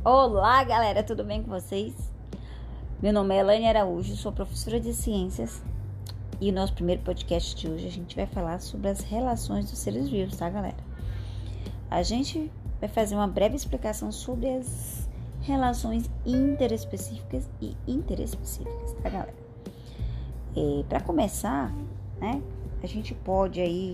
Olá, galera, tudo bem com vocês? Meu nome é Elaine Araújo, sou professora de ciências e o nosso primeiro podcast de hoje a gente vai falar sobre as relações dos seres vivos, tá, galera? A gente vai fazer uma breve explicação sobre as relações interespecíficas e interespecíficas, tá, galera? Para começar, né, a gente pode aí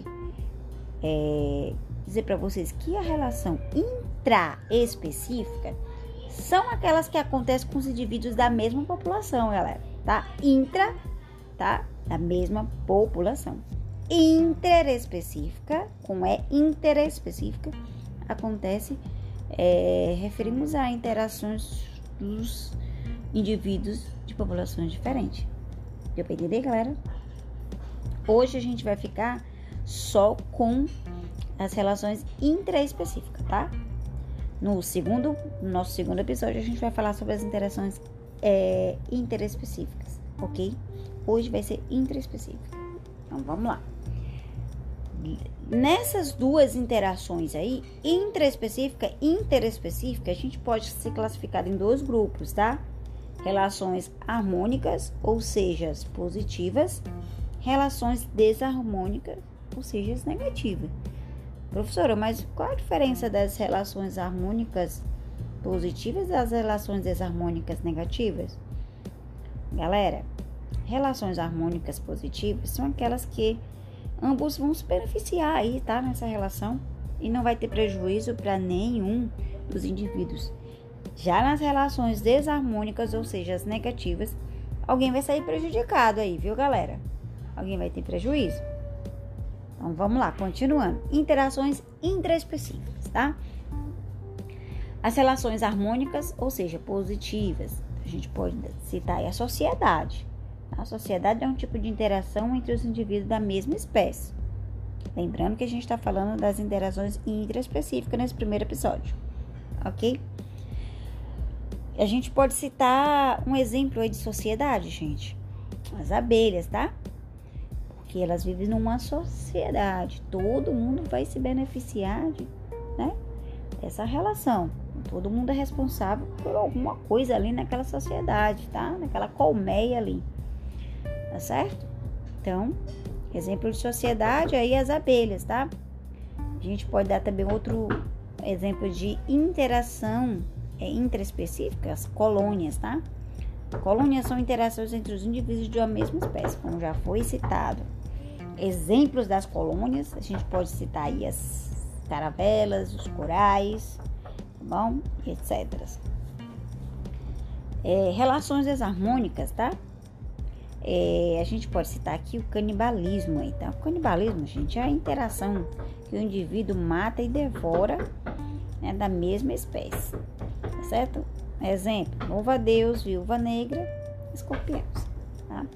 dizer para vocês que a relação intraespecífica são aquelas que acontecem com os indivíduos da mesma população, galera, tá? Intra, tá? Da mesma população. Interespecífica, interespecífica, acontece, referimos a interações dos indivíduos de populações diferentes. Deu pra entender, galera? Hoje a gente vai ficar só com as relações intraespecíficas, tá? No nosso segundo episódio, a gente vai falar sobre as interações interespecíficas, ok? Hoje vai ser intraespecífica. Então, vamos lá. Nessas duas interações aí, intraespecífica e interespecífica, a gente pode ser classificado em dois grupos, tá? Relações harmônicas, ou seja, positivas. Relações desarmônicas, ou seja, negativas. Professora, mas qual a diferença das relações harmônicas positivas e das relações desarmônicas negativas? Galera, relações harmônicas positivas são aquelas que ambos vão se beneficiar aí, tá? Nessa relação e não vai ter prejuízo para nenhum dos indivíduos. Já nas relações desarmônicas, ou seja, as negativas, alguém vai sair prejudicado aí, viu, galera? Alguém vai ter prejuízo. Então, vamos lá, continuando. Interações intraespecíficas, tá? As relações harmônicas, ou seja, positivas, a gente pode citar aí a sociedade. A sociedade é um tipo de interação entre os indivíduos da mesma espécie. Lembrando que a gente está falando das interações intraespecíficas nesse primeiro episódio, ok? A gente pode citar um exemplo aí de sociedade, gente. As abelhas, tá? Que elas vivem numa sociedade, todo mundo vai se beneficiar dessa relação, todo mundo é responsável por alguma coisa ali naquela sociedade, tá? Naquela colmeia ali, tá certo? Então, exemplo de sociedade aí as abelhas, tá? A gente pode dar também outro exemplo de interação intraespecífica, as colônias, tá? Colônias são interações entre os indivíduos de uma mesma espécie, como já foi citado. Exemplos das colônias, a gente pode citar aí as caravelas, os corais, tá bom? Etc. Relações desarmônicas, tá? A gente pode citar aqui o canibalismo aí, tá? O canibalismo, gente, é a interação que o indivíduo mata e devora, né, da mesma espécie, tá certo? Exemplo, louva-a-Deus, viúva negra, escorpiões, tá?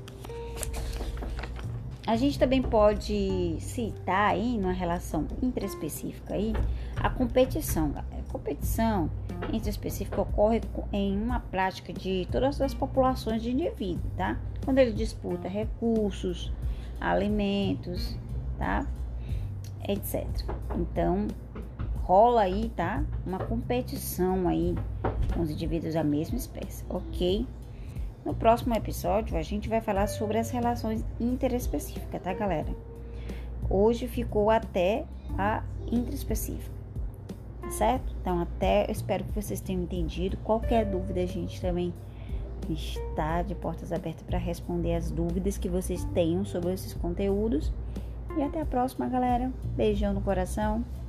A gente também pode citar aí, numa relação intraespecífica aí, a competição, galera. A competição intraespecífica ocorre em uma prática de todas as populações de indivíduos, tá? Quando ele disputa recursos, alimentos, tá? Etc. Então, rola aí, tá? Uma competição aí com os indivíduos da mesma espécie, ok? No próximo episódio, a gente vai falar sobre as relações interespecíficas, tá, galera? Hoje ficou até a intraespecífica, tá certo? Então, eu espero que vocês tenham entendido. Qualquer dúvida, a gente também está de portas abertas para responder as dúvidas que vocês tenham sobre esses conteúdos. E até a próxima, galera. Beijão no coração.